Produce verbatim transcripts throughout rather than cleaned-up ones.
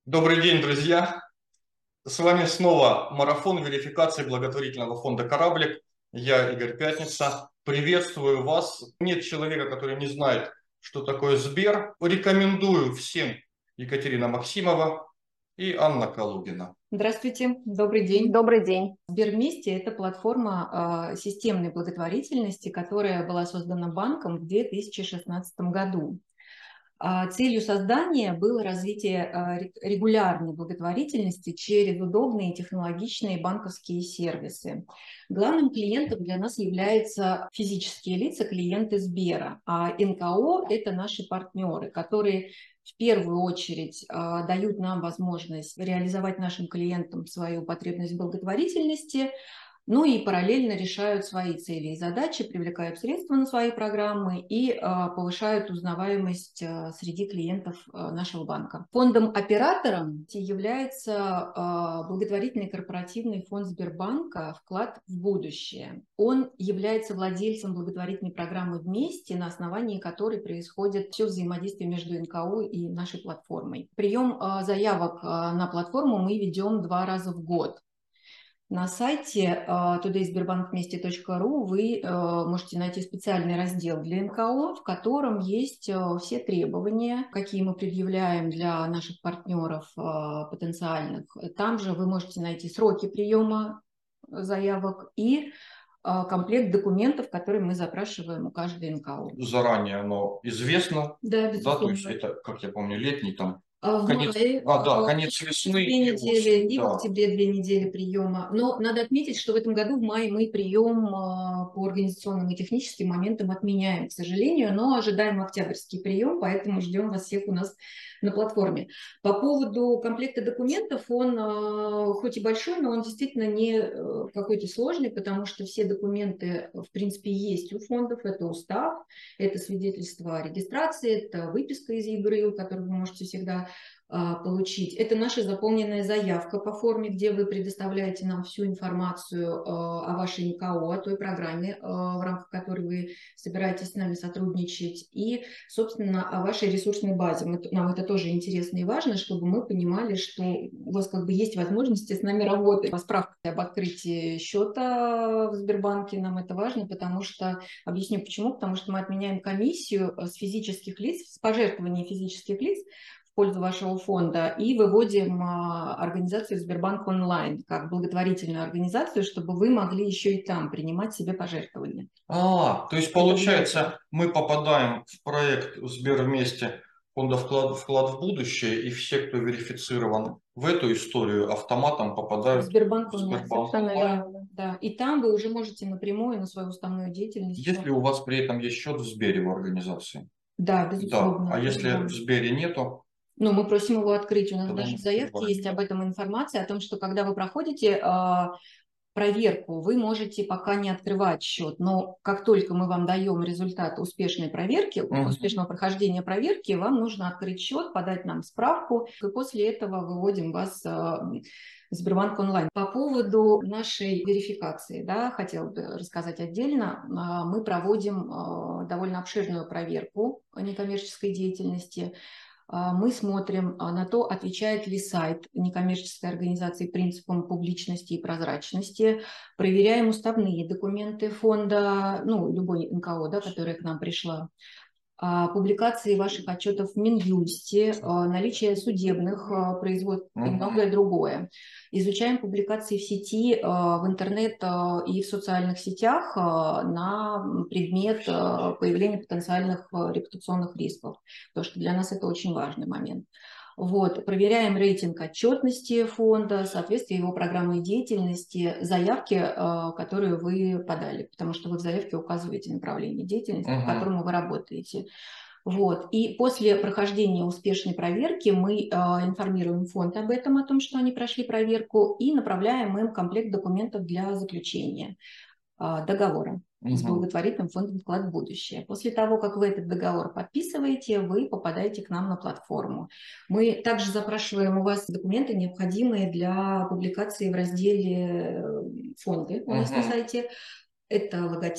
Добрый день, друзья! С вами снова марафон верификации благотворительного фонда «Кораблик». Я Игорь Пятница. Приветствую вас. Нет человека, который не знает, что такое Сбер. Рекомендую всем Екатерина Максимова и Анна Калугина. Здравствуйте, добрый день. Добрый день. Сбер вместе – это платформа э, системной благотворительности, которая была создана банком в две тысячи шестнадцатом году. А целью создания было развитие э, регулярной благотворительности через удобные и технологичные банковские сервисы. Главным клиентом для нас являются физические лица, клиенты Сбера, а эн ка о – это наши партнеры, которые в первую очередь э, дают нам возможность реализовать нашим клиентам свою потребность в благотворительности, ну и параллельно решают свои цели и задачи, привлекают средства на свои программы и э, повышают узнаваемость э, среди клиентов э, нашего банка. Фондом-оператором является э, благотворительный корпоративный фонд Сбербанка «Вклад в будущее». Он является владельцем благотворительной программы «Вместе», на основании которой происходит все взаимодействие между эн ка о и нашей платформой. Прием э, заявок э, на платформу мы ведем два раза в год. На сайте тудей сбербанк вместе точка ру вы можете найти специальный раздел для эн ка о, в котором есть все требования, какие мы предъявляем для наших партнеров потенциальных. Там же вы можете найти сроки приема заявок и комплект документов, которые мы запрашиваем у каждой эн ка о. Заранее оно известно. Да, Да, то безусловно. есть это, как я помню, летний там. В Конец, мае, а, да, конец весны две и недели, осень, и в да. октябре две недели приема. Но надо отметить, что в этом году в мае мы прием по организационным и техническим моментам отменяем, к сожалению, но ожидаем октябрьский прием, поэтому ждем вас всех у нас на платформе. По поводу комплекта документов, он хоть и большой, но он действительно не какой-то сложный, потому что все документы, в принципе, есть у фондов. Это устав, это свидетельство о регистрации, это выписка из ЕГРЮ, которую вы можете всегда получить. Это наша заполненная заявка по форме, где вы предоставляете нам всю информацию о вашей эн ка о, о той программе, в рамках которой вы собираетесь с нами сотрудничать, и, собственно, о вашей ресурсной базе. Нам это тоже интересно и важно, чтобы мы понимали, что у вас как бы есть возможности с нами работать. По справке об открытии счета в Сбербанке нам это важно, потому что, объясню почему, потому что мы отменяем комиссию с физических лиц, с пожертвований физических лиц в пользу вашего фонда и выводим а, организацию Сбербанк онлайн как благотворительную организацию, чтобы вы могли еще и там принимать себе пожертвования. А, то есть получается, мы попадаем в проект Сбер вместе фонда вклад, вклад в будущее, и все, кто верифицирован в эту историю, автоматом попадают Сбербанк в онлайн. Сбербанк Да, онлайн. да. И там вы уже можете напрямую на свою уставную деятельность. Если у вас при этом есть счет в Сбере в организации? Да, Да. безусловно. А если Да. в Сбере нету? Ну, мы просим его открыть. У нас Тогда даже не в заявке открываем. есть об этом информация, о том, что когда вы проходите э, проверку, вы можете пока не открывать счет, но как только мы вам даем результат успешной проверки, Мгм. успешного прохождения проверки, вам нужно открыть счет, подать нам справку, и после этого выводим вас э, в Сбербанк онлайн. По поводу нашей верификации, да, хотела бы рассказать отдельно. Э, мы проводим э, довольно обширную проверку некоммерческой деятельности. Мы смотрим на то, отвечает ли сайт некоммерческой организации принципам публичности и прозрачности, проверяем уставные документы фонда, ну, любой эн ка о, да, которая к нам пришла, публикации ваших отчетов в Минюсте, наличие судебных производств и многое другое. Изучаем публикации в сети, в интернет и в социальных сетях на предмет появления потенциальных репутационных рисков, потому что для нас это очень важный момент. Вот. Проверяем рейтинг отчетности фонда, соответствие его программной деятельности, заявки, которые вы подали, потому что вы в заявке указываете направление деятельности, uh-huh. по которому вы работаете. Вот. И после прохождения успешной проверки мы э, информируем фонд об этом, о том, что они прошли проверку, и направляем им комплект документов для заключения э, договора с благотворительным фондом «Вклад в будущее». После того, как вы этот договор подписываете, вы попадаете к нам на платформу. Мы также запрашиваем у вас документы, необходимые для публикации в разделе «Фонды» у нас uh-huh. на сайте. Это логотип,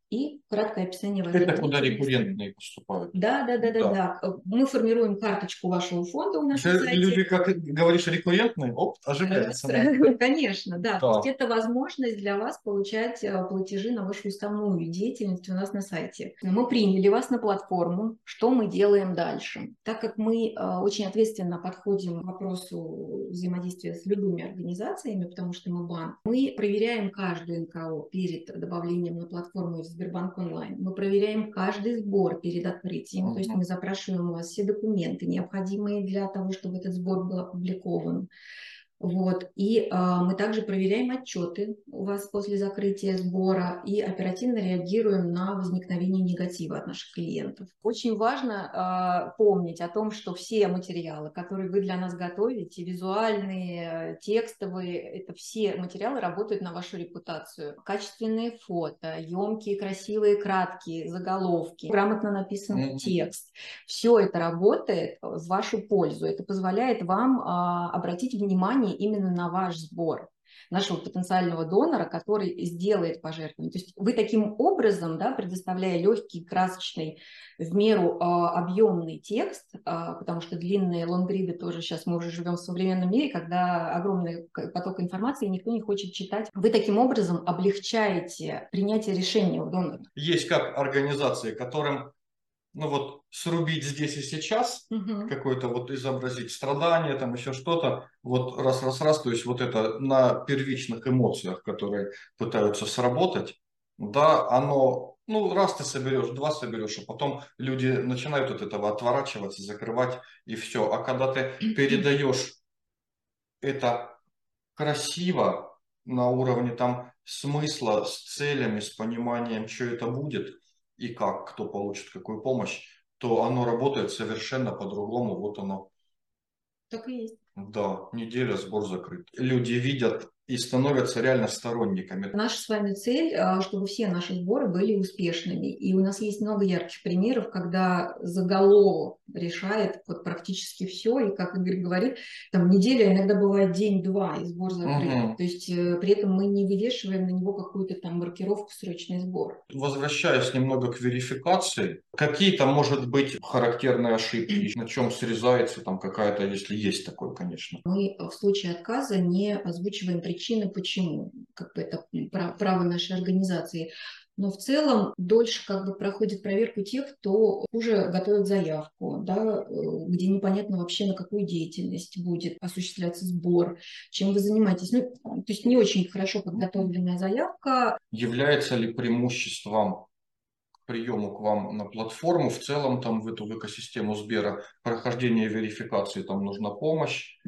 и краткое описание вашей Это куда деятельности. рекуррентные поступают. Да, да, да, да, Да. да. Мы формируем карточку вашего фонда у нас на сайте. Люди, как говоришь, рекуррентные, оп, оживляется. Конечно, да. То Да. есть это возможность для вас получать э, платежи на вашу уставную деятельность у нас на сайте. Мы приняли вас на платформу. Что мы делаем дальше? Так как мы э, очень ответственно подходим к вопросу взаимодействия с любыми организациями, потому что мы банк, мы проверяем каждую эн ка о перед добавлением на платформу в Сбербанк онлайн. Мы проверяем каждый сбор перед открытием. Uh-huh. То есть мы запрашиваем у вас все документы, необходимые для того, чтобы этот сбор был опубликован. Вот. И а, мы также проверяем отчеты у вас после закрытия сбора и оперативно реагируем на возникновение негатива от наших клиентов. Очень важно а, помнить о том, что все материалы, которые вы для нас готовите, визуальные, текстовые, это все материалы работают на вашу репутацию. Качественные фото, емкие, красивые, краткие заголовки, грамотно написанный mm-hmm. текст. Все это работает в вашу пользу. Это позволяет вам а, обратить внимание именно на ваш сбор, нашего потенциального донора, который сделает пожертвование. То есть вы таким образом, да, предоставляя легкий, красочный, в меру э, объемный текст, э, потому что длинные лонгриды тоже сейчас мы уже живем в современном мире, когда огромный поток информации, и никто не хочет читать. Вы таким образом облегчаете принятие решения у донора. Есть как организации, которым ну вот срубить здесь и сейчас, угу. какое-то вот изобразить страдание, там еще что-то, вот раз-раз-раз, то есть вот это на первичных эмоциях, которые пытаются сработать, да, оно, ну раз ты соберешь, два соберешь, а потом люди начинают от этого отворачиваться, закрывать и все. А когда ты передаешь это красиво на уровне там смысла, с целями, с пониманием, что это будет, и как, кто получит какую помощь, то оно работает совершенно по-другому. Вот оно. Так и есть. Да, неделя, сбор закрыт. Люди видят и становятся реально сторонниками. Наша с вами цель, чтобы все наши сборы были успешными. И у нас есть много ярких примеров, когда заголовок решает вот практически все. И, как Игорь говорит, там неделя, иногда бывает день-два, и сбор закрыт. Угу. То есть при этом мы не вывешиваем на него какую-то там маркировку «срочный сбор». Возвращаясь немного к верификации, какие-то, может быть, характерные ошибки, на чем срезается там какая-то, если есть такое, конечно. Мы в случае отказа не озвучиваем причины, почему, как бы это право нашей организации. Но в целом дольше как бы проходит проверку тех, кто уже готовит заявку, да, где непонятно вообще, на какую деятельность будет осуществляться сбор, чем вы занимаетесь. Ну, то есть не очень хорошо подготовленная заявка. Является ли преимуществом приему к вам на платформу, в целом там в эту в экосистему Сбера прохождение верификации, там нужна помощь,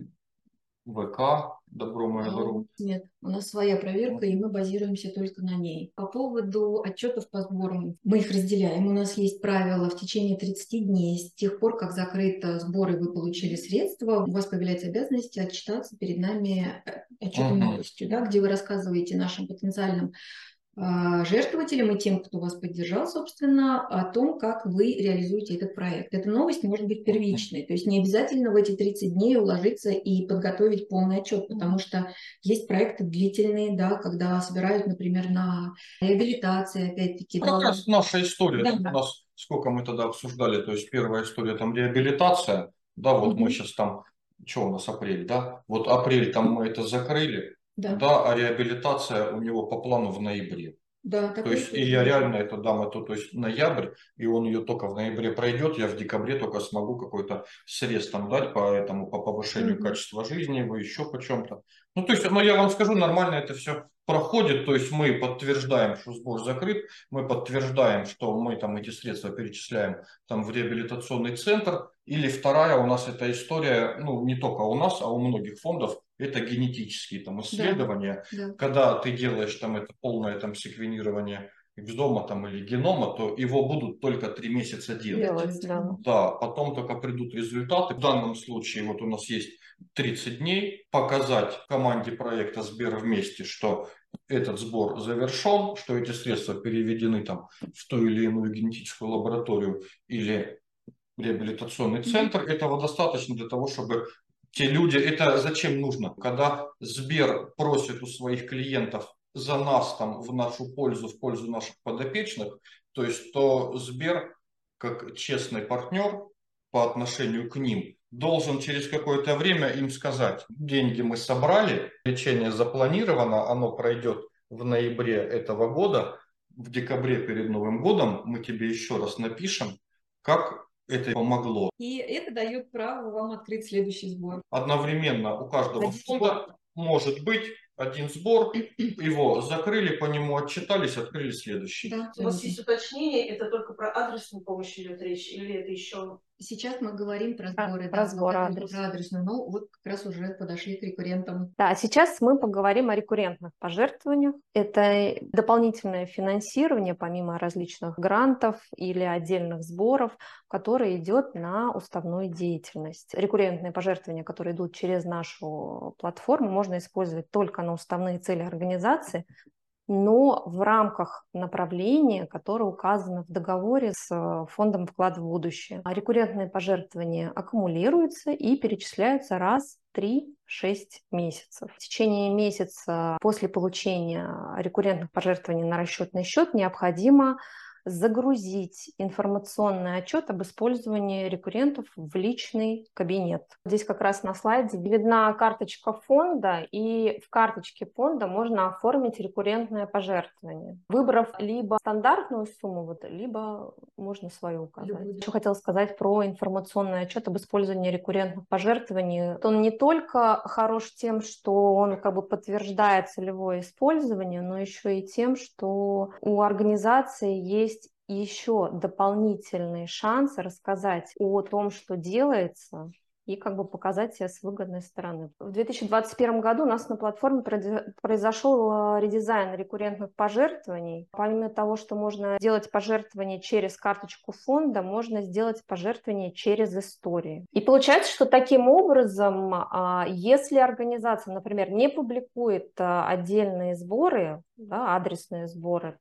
ВК, добро мое здорово. Нет, у нас своя проверка, и мы базируемся только на ней. По поводу отчетов по сборам, мы их разделяем. У нас есть правило: в течение тридцати дней с тех пор, как закрыт сбор и вы получили средства, у вас появляется обязанность отчитаться перед нами отчетом новостью, да, где вы рассказываете нашим потенциальным жертвователям и тем, кто вас поддержал, собственно, о том, как вы реализуете этот проект. Эта новость может быть первичной, то есть не обязательно в эти тридцать дней уложиться и подготовить полный отчет, потому что есть проекты длительные, да, когда собирают, например, на реабилитации, опять-таки. Как раз наша история, да, у да. нас сколько мы тогда обсуждали, то есть первая история там реабилитация, да, вот угу. мы сейчас там, что у нас апрель, да, вот апрель там мы это закрыли. Да. да, а реабилитация у него по плану в ноябре. Да, то есть, и я реально это дам, это, то есть, ноябрь, и он ее только в ноябре пройдет, я в декабре только смогу какой-то срез там дать по этому, по повышению mm-hmm. качества жизни, вы еще по чем-то. Ну, то есть, ну, я вам скажу, нормально это все проходит, то есть, мы подтверждаем, что сбор закрыт, мы подтверждаем, что мы там эти средства перечисляем там в реабилитационный центр, или вторая у нас эта история, ну, не только у нас, а у многих фондов, это генетические там исследования, да, да. Когда ты делаешь там это полное там секвенирование экзома там или генома, то его будут только три месяца делать. делать да. да, потом только придут результаты. В данном случае вот у нас есть тридцать дней показать команде проекта Сбер вместе, что этот сбор завершен, что эти средства переведены там в ту или иную генетическую лабораторию или реабилитационный центр. Mm-hmm. Этого достаточно для того, чтобы те люди, это зачем нужно? Когда Сбер просит у своих клиентов за нас, там, в нашу пользу, в пользу наших подопечных, то есть то Сбер, как честный партнер по отношению к ним, должен через какое-то время им сказать: деньги мы собрали, лечение запланировано, оно пройдет в ноябре этого года, в декабре перед Новым годом мы тебе еще раз напишем, как это помогло. И это дает право вам открыть следующий сбор. Одновременно у каждого Один фонда сбор. может быть один сбор, его закрыли, по нему отчитались, открыли следующий. Да, У вас есть уточнение, это только про адресную помощь идет речь, или это еще... Сейчас мы говорим про сборы, про да, сбор про адрес. адресную, но вот как раз уже подошли к рекуррентам. Да, сейчас мы поговорим о рекуррентных пожертвованиях. Это дополнительное финансирование, помимо различных грантов или отдельных сборов, которое идет на уставную деятельность. Рекуррентные пожертвования, которые идут через нашу платформу, можно использовать только на уставные цели организации, но в рамках направления, которое указано в договоре с фондом вклад в будущее. А рекуррентные пожертвования аккумулируются и перечисляются раз в три-шесть месяцев. В течение месяца после получения рекуррентных пожертвований на расчетный счет необходимо загрузить информационный отчет об использовании рекуррентов в личный кабинет. Здесь как раз на слайде видна карточка фонда, и в карточке фонда можно оформить рекуррентное пожертвование, выбрав либо стандартную сумму, вот, либо можно свою указать. Еще хотела сказать про информационный отчет об использовании рекуррентных пожертвований. Он не только хорош тем, что он как бы подтверждает целевое использование, но еще и тем, что у организации есть еще дополнительные шансы рассказать о том, что делается, и как бы показать себя с выгодной стороны. В две тысячи двадцать первом году у нас на платформе произошел редизайн рекуррентных пожертвований. Помимо того, что можно делать пожертвования через карточку фонда, можно сделать пожертвования через истории. И получается, что таким образом, если организация, например, не публикует отдельные сборы, да, адресные сборы,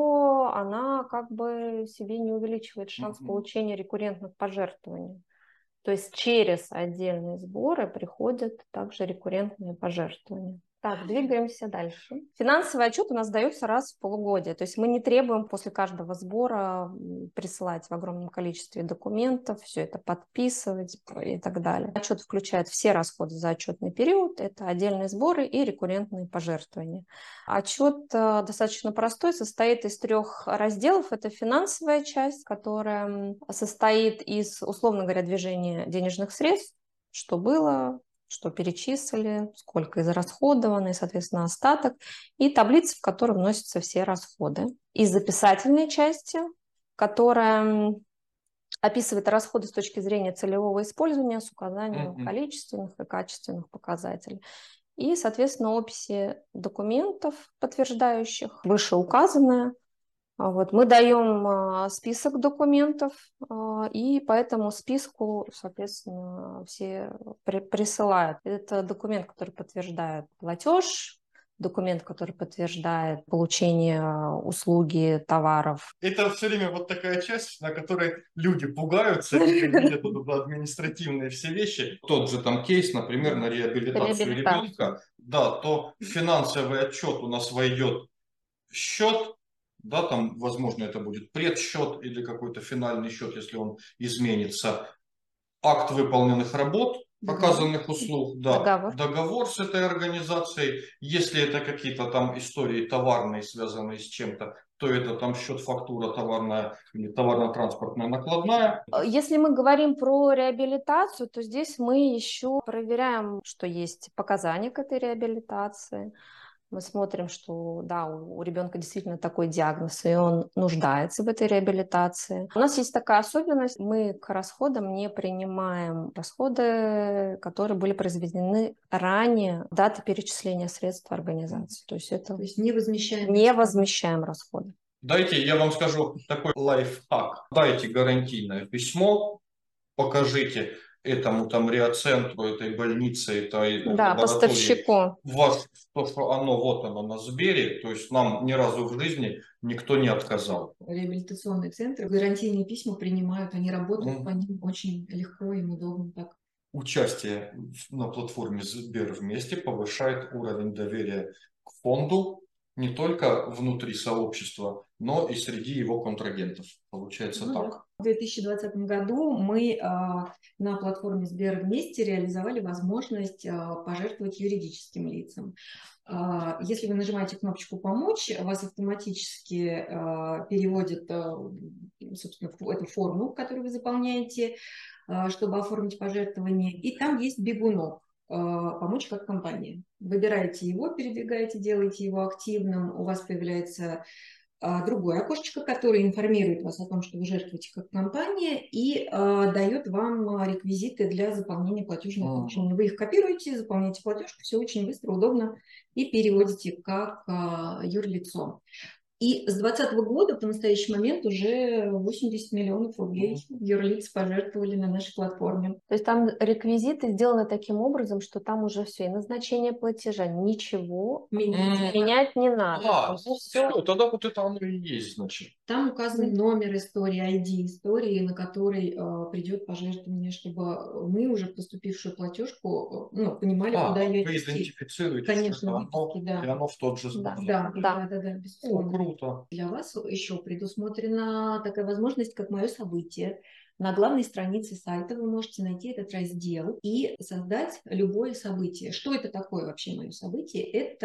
то она как бы себе не увеличивает шанс получения рекуррентных пожертвований. То есть через отдельные сборы приходят также рекуррентные пожертвования. Так, двигаемся дальше. Финансовый отчет у нас дается раз в полугодие. То есть мы не требуем после каждого сбора присылать в огромном количестве документов, все это подписывать и так далее. Отчет включает все расходы за отчетный период. Это отдельные сборы и рекуррентные пожертвования. Отчет достаточно простой, состоит из трех разделов. Это финансовая часть, которая состоит из, условно говоря, движения денежных средств, что было, что перечислили, сколько израсходовано, и, соответственно, остаток, и таблица, в которую вносятся все расходы. Из записательной части, которая описывает расходы с точки зрения целевого использования с указанием mm-hmm. количественных и качественных показателей. И, соответственно, описи документов, подтверждающих вышеуказанное. Вот. Мы даем список документов, и по этому списку, соответственно, все при присылают. Это документ, который подтверждает платеж, документ, который подтверждает получение услуги, товаров. Это все время вот такая часть, на которой люди пугаются, видят административные все вещи. Тот же там кейс, например, на реабилитацию ребенка, да, то финансовый отчет у нас войдет в счет. Да, там, возможно, это будет предсчет или какой-то финальный счет, если он изменится. Акт выполненных работ, оказанных договор. услуг, да, договор. договор с этой организацией. Если это какие-то там истории товарные, связанные с чем-то, то это там счет, фактура товарная или товарно-транспортная накладная. Если мы говорим про реабилитацию, то здесь мы еще проверяем, что есть показания к этой реабилитации. Мы смотрим, что да, у ребенка действительно такой диагноз, и он нуждается в этой реабилитации. У нас есть такая особенность, мы к расходам не принимаем расходы, которые были произведены ранее даты перечисления средств организации. То есть это То есть не возмещаем, не возмещаем расходы. Дайте, я вам скажу такой лайфхак. Дайте гарантийное письмо, покажите этому там реоцентру, этой больнице, этой да, поставщику. Вас, то, что оно вот оно на Сбере, то есть нам ни разу в жизни никто не отказал. Реабилитационные центры гарантийные письма принимают, они работают mm. по ним очень легко и удобно так. Участие на платформе Сбер вместе повышает уровень доверия к фонду, не только внутри сообщества, но и среди его контрагентов. Получается ну, так. Да. В две тысячи двадцатом году мы а, на платформе Сбер вместе реализовали возможность а, пожертвовать юридическим лицам. А, если вы нажимаете кнопочку «Помочь», вас автоматически а, переводят, а, собственно, в эту форму, которую вы заполняете, а, чтобы оформить пожертвование. И там есть бегунок. Помочь как компания. Выбираете его, передвигаете, делаете его активным, у вас появляется а, другое окошечко, которое информирует вас о том, что вы жертвуете как компания, и а, дает вам реквизиты для заполнения платежного поручения. Вы их копируете, заполняете платежку, все очень быстро, удобно, и переводите как а, юрлицо. И с двадцатого года по настоящий момент уже восемьдесят миллионов рублей юрлиц пожертвовали на нашей платформе. То есть там реквизиты сделаны таким образом, что там уже все, и назначение платежа, ничего Менять. менять не надо. А, Уже все, все. тогда вот это оно и есть, значит. Там указан номер истории, ай ди истории, на который э, придет пожертвование, чтобы мы уже поступившую платежку, э, ну, понимали, А, куда ее вы отнести. идентифицируете, Конечно, что это выписки, оно, да. и оно в тот же Да. знак. Да, Да. да, да, да, О, безусловно. круто. Для вас еще предусмотрена такая возможность, как «Мое событие». На главной странице сайта вы можете найти этот раздел и создать любое событие. Что это такое вообще «Мое событие»? Это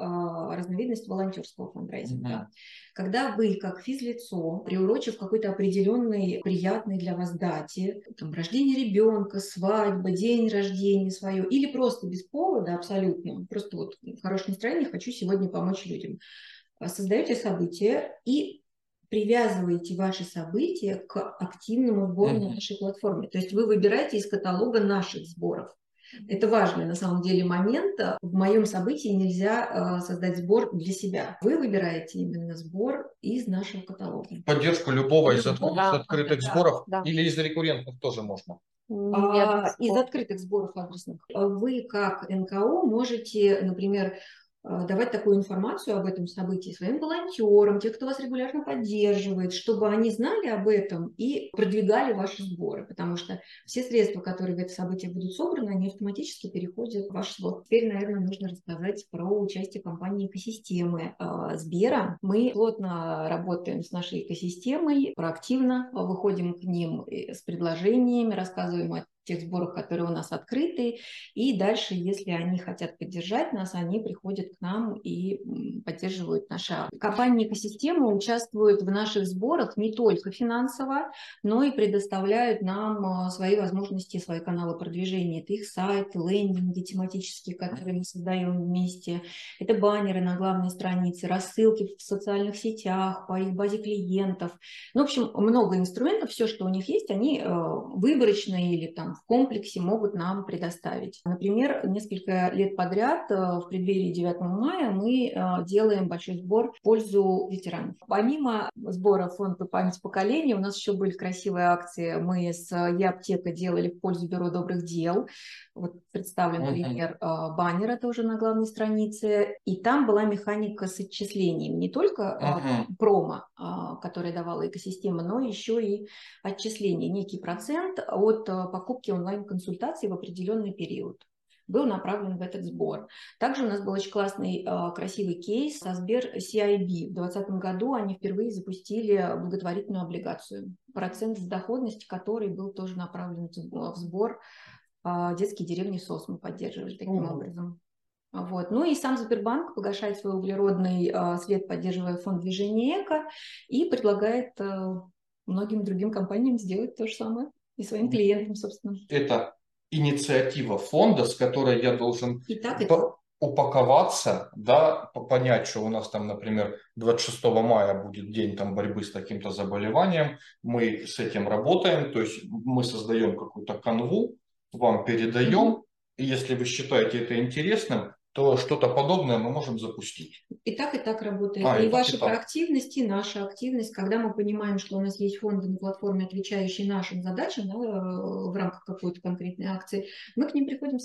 э, разновидность волонтерского фандрайзинга. Мгм. Когда вы, как физлицо, приурочив какой-то определенной приятной для вас дате, там, рождение ребенка, свадьба, день рождения свое, или просто без повода абсолютно, просто вот в хорошем настроении хочу сегодня помочь людям, создаете событие и привязываете ваши события к активному сбору на Мгм. нашей платформе. То есть вы выбираете из каталога наших сборов. Это важный на самом деле момент. В моем событии нельзя э, создать сбор для себя. Вы выбираете именно сбор из нашего каталога. Поддержку любого из, от- Любого, из да, открытых да. сборов Да. или из рекуррентных тоже можно. Нет, А, из открытых сборов адресных вы, как эн ка о, можете, например, а, давать такую информацию об этом событии своим волонтерам, те, кто вас регулярно поддерживает, чтобы они знали об этом и продвигали ваши сборы, потому что все средства, которые в это событие будут собраны, они автоматически переходят в ваш сбор. Теперь, наверное, нужно рассказать про участие компании «Экосистемы» а, Сбера. Мы плотно работаем с нашей экосистемой, проактивно выходим к ним с предложениями, рассказываем о тех сборах, которые у нас открыты, и дальше, если они хотят поддержать нас, они приходят к нам и поддерживают наши акции. Компания «Экосистема» участвует в наших сборах не только финансово, но и предоставляют нам свои возможности, свои каналы продвижения. Это их сайт, лендинги тематические, которые мы создаем вместе, это баннеры на главной странице, рассылки в социальных сетях, по их базе клиентов. Ну, в общем, много инструментов, все, что у них есть, они выборочно или там в комплексе могут нам предоставить. Например, несколько лет подряд в преддверии девятого мая мы делаем большой сбор в пользу ветеранов. Помимо сбора фонда «Память поколений», у нас еще были красивые акции. Мы с Е-аптека делали в пользу Бюро добрых дел. Вот представлен пример uh-huh. баннера тоже на главной странице. И там была механика с отчислением. Не только uh-huh. промо, которое давала экосистема, но еще и отчисление. Некий процент от покупки онлайн-консультаций в определенный период был направлен в этот сбор. Также у нас был очень классный, красивый кейс со Сбер си ай би. В две тысячи двадцатом году они впервые запустили благотворительную облигацию, процент с доходности которой был тоже направлен в сбор. Детские деревни СОС мы поддерживали таким mm-hmm. образом. Вот. Ну и сам Сбербанк погашает свой углеродный э, след, поддерживая фонд движения «Эко», и предлагает э, многим другим компаниям сделать то же самое и своим клиентам, собственно. Это инициатива фонда, с которой я должен и так, и по- так. упаковаться, да, понять, что у нас там, например, двадцать шестого мая будет день там борьбы с таким-то заболеванием, мы с этим работаем, то есть мы создаем какую-то канву, вам передаем, mm-hmm. и если вы считаете это интересным, то что-то подобное мы можем запустить. И так, и так работает. А, и и ваша так, и проактивность, и наша активность, когда мы понимаем, что у нас есть фонды на платформе, отвечающие нашим задачам, да, в рамках какой-то конкретной акции, мы к ним приходим сами.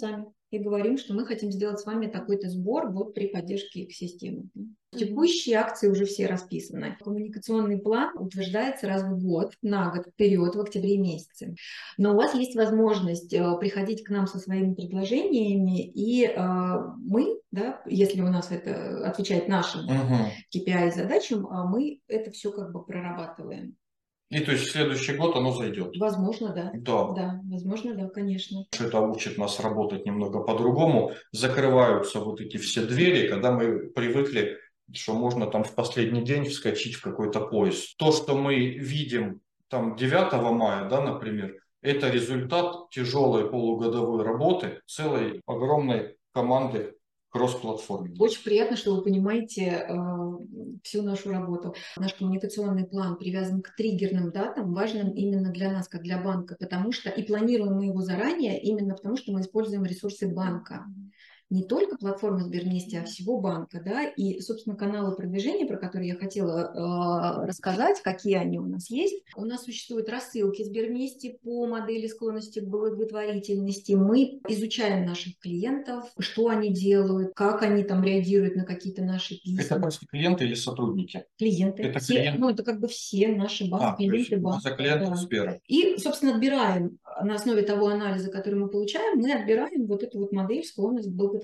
и говорим, что мы хотим сделать с вами такой-то сбор вот при поддержке их системы. Текущие акции уже все расписаны. Коммуникационный план утверждается раз в год, на год вперед, в октябре месяце. Но у вас есть возможность приходить к нам со своими предложениями, и э, мы, да, если у нас это отвечает нашим uh-huh. кей пи ай задачам, мы это все как бы прорабатываем. И то есть в следующий год оно зайдет? Возможно, да. Да. Да, возможно, да, конечно. Это учит нас работать немного по-другому. Закрываются вот эти все двери, когда мы привыкли, что можно там в последний день вскочить в какой-то поезд. То, что мы видим там девятого мая, да, например, это результат тяжелой полугодовой работы целой огромной команды кросс-платформе. Очень приятно, что вы понимаете э, всю нашу работу. Наш коммуникационный план привязан к триггерным датам, важным именно для нас, как для банка, потому что и планируем мы его заранее, именно потому что мы используем ресурсы банка. Не только платформы Сбервместе, а всего банка, да, и, собственно, каналы продвижения, про которые я хотела э, рассказать, какие они у нас есть. У нас существуют рассылки Сбервместе по модели склонности к благотворительности. Мы изучаем наших клиентов, что они делают, как они там реагируют на какие-то наши письма. Это просто клиенты или сотрудники? Клиенты. Это все, клиенты. Ну, это как бы все наши банки, а, клиенты банка. Это клиенты да. Сбера. И, собственно, отбираем на основе того анализа, который мы получаем, мы отбираем вот эту вот модель склонность к благотворительности.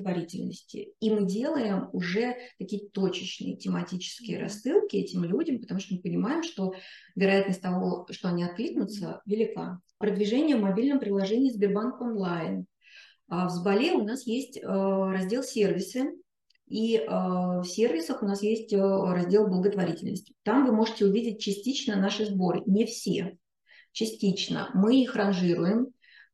И мы делаем уже такие точечные тематические рассылки этим людям, потому что мы понимаем, что вероятность того, что они откликнутся, велика. Продвижение в мобильном приложении Сбербанк онлайн. В Сбале у нас есть раздел сервисы, и в сервисах у нас есть раздел благотворительности. Там вы можете увидеть частично наши сборы, не все, частично. Мы их ранжируем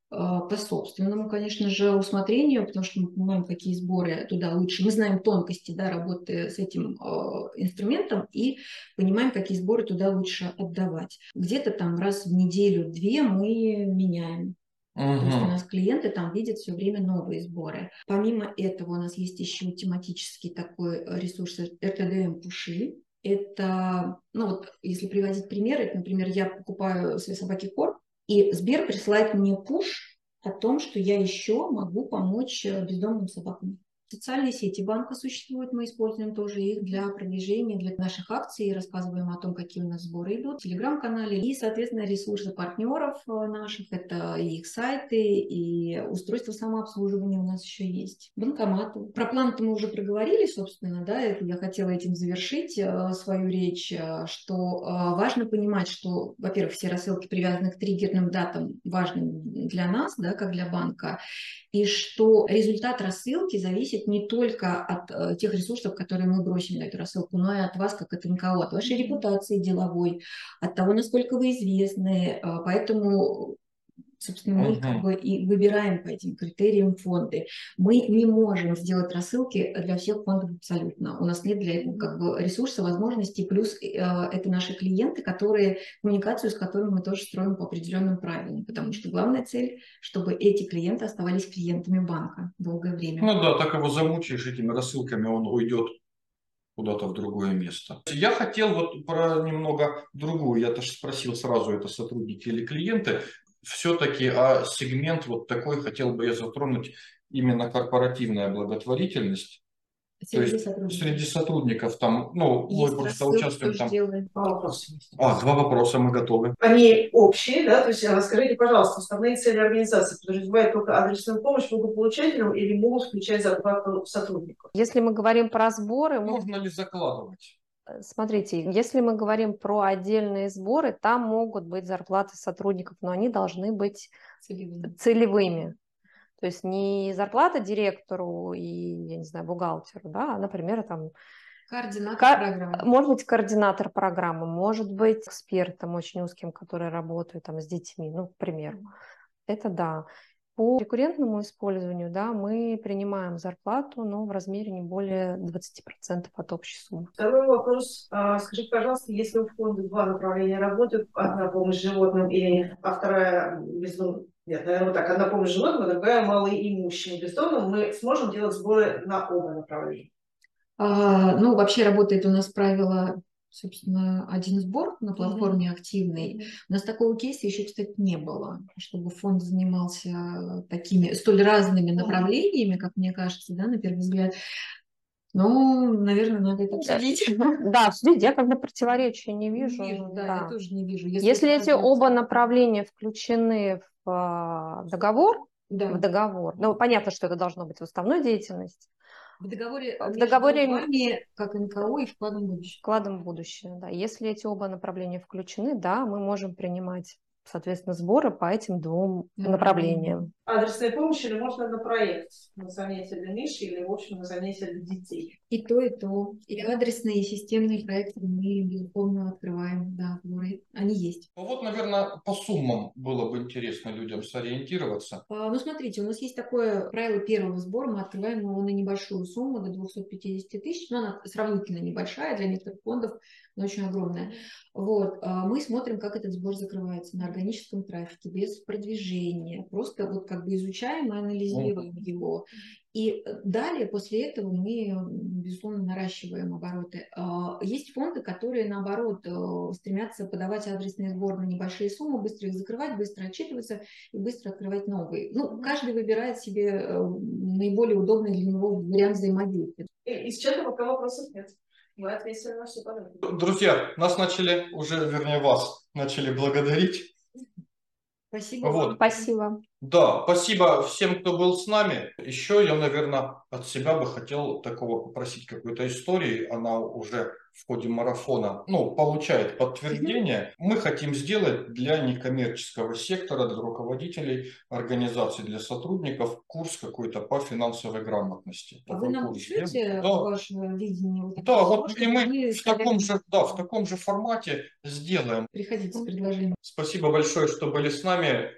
по собственному, конечно же, усмотрению, потому что мы понимаем, какие сборы туда лучше. Мы знаем тонкости, да, работы с этим э, инструментом и понимаем, какие сборы туда лучше отдавать. Где-то там раз в неделю-две мы меняем. Uh-huh. То есть у нас клиенты там видят все время новые сборы. Помимо этого у нас есть еще тематический такой ресурс эр тэ дэ эм-пуши. Это, ну вот, если приводить примеры, это, например, я покупаю своей собаке корм, и Сбер присылает мне пуш о том, что я еще могу помочь бездомным собакам. Социальные сети банка существуют, мы используем тоже их для продвижения, для наших акций, рассказываем о том, какие у нас сборы идут в телеграм-канале. И, соответственно, ресурсы партнеров наших, это и их сайты, и устройство самообслуживания у нас еще есть. Банкоматы. Про план-то мы уже проговорили, собственно, да, это я хотела этим завершить свою речь, что важно понимать, что, во-первых, все рассылки привязаны к триггерным датам, важным для нас, да, как для банка, и что результат рассылки зависит не только от э, тех ресурсов, которые мы бросим на эту рассылку, но и от вас, как от эн ка о, от вашей репутации деловой, от того, насколько вы известны. Э, поэтому, собственно, мы uh-huh. как бы и выбираем по этим критериям фонды. Мы не можем сделать рассылки для всех фондов абсолютно. У нас нет для этого как бы ресурса, возможностей. Плюс э, это наши клиенты, которые, коммуникацию с которыми мы тоже строим по определенным правилам. Потому что главная цель, чтобы эти клиенты оставались клиентами банка долгое время. Ну да, так его замучаешь этими рассылками, он уйдет куда-то в другое место. Я хотел вот про немного другую, я тоже спросил сразу, это сотрудники или клиенты. Все-таки, а сегмент вот такой хотел бы я затронуть, именно корпоративная благотворительность. Среди То есть сотрудников. Среди сотрудников там, ну, мы просто участвуем там. Два вопроса. А, два вопроса, мы готовы. Они общие, да, то есть расскажите, пожалуйста, основные цели организации подразумевают только адресную помощь благополучателям или могут включать зарплату сотрудников? Если мы говорим про сборы... Можно ли закладывать? Смотрите, если мы говорим про отдельные сборы, там могут быть зарплаты сотрудников, но они должны быть целевыми. целевыми. То есть не зарплата директору и, я не знаю, бухгалтеру, да, а, например, там... Координатор ко- программы. Может быть, координатор программы, может быть, экспертом очень узким, который работает там с детьми, ну, к примеру. Это да. По рекуррентному использованию, да, мы принимаем зарплату, но в размере не более двадцати процентов от общей суммы. Второй вопрос. Скажите, пожалуйста, если у фонда два направления работают, одна помощь животным, и, а вторая бездомным, нет, наверное, так, одна помощь животным, а другая малоимущим бездомным, мы сможем делать сборы на оба направления? А, ну, вообще работает у нас правило собственно, один сбор на платформе активный. Mm-hmm. У нас такого кейса еще, кстати, не было, чтобы фонд занимался такими столь разными направлениями, как мне кажется, да, на первый взгляд. Ну, наверное, надо это обсудить. Да, обсудить. Я как бы противоречия не вижу. Не вижу, да, да, я тоже не вижу. Если, Если эти оба направления включены в договор, да. в договор, ну, понятно, что это должно быть в уставной деятельности. В договоре, в договоре вами, как эн ка о и вкладом в будущее. Вкладом в будущее, да. Если эти оба направления включены, да, мы можем принимать, соответственно, сборы по этим двум mm-hmm. направлениям. Адресная помощь или можно на проект, на занятия для Миши или, в общем, на занятия для детей? И то, и то. И адресные, и системные проекты мы, безусловно, открываем, да, они есть. Ну вот, наверное, по суммам было бы интересно людям сориентироваться. А, ну, смотрите, у нас есть такое правило первого сбора, мы открываем его на небольшую сумму, до двухсот пятидесяти тысяч, но она сравнительно небольшая, для некоторых фондов, но очень огромная. Вот, а мы смотрим, как этот сбор закрывается на органическом трафике, без продвижения, просто вот как бы изучаем и анализируем mm-hmm. его. И далее, после этого, мы, безусловно, наращиваем обороты. Есть фонды, которые, наоборот, стремятся подавать адресный сбор на небольшие суммы, быстро их закрывать, быстро отчитываться и быстро открывать новые. Ну, каждый выбирает себе наиболее удобный для него вариант взаимодействия. И с чата пока вопросов нет. Мы ответили на все подробно. Друзья, нас начали уже, вернее, вас начали благодарить. Спасибо. Вот. Спасибо. Да, спасибо всем, кто был с нами. Еще я, наверное, от себя бы хотел такого попросить какой-то истории. Она уже в ходе марафона, ну, получает подтверждение. Мы хотим сделать для некоммерческого сектора, для руководителей организаций, для сотрудников курс какой-то по финансовой грамотности. А вы нам пришлете да. ваше видение? Вот да, вот и мы в таком, же, да, в таком же формате сделаем. Приходите с предложением. Спасибо большое, что были с нами.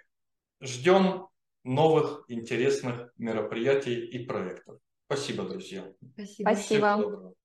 Ждем новых интересных мероприятий и проектов. Спасибо, друзья. Спасибо. Спасибо.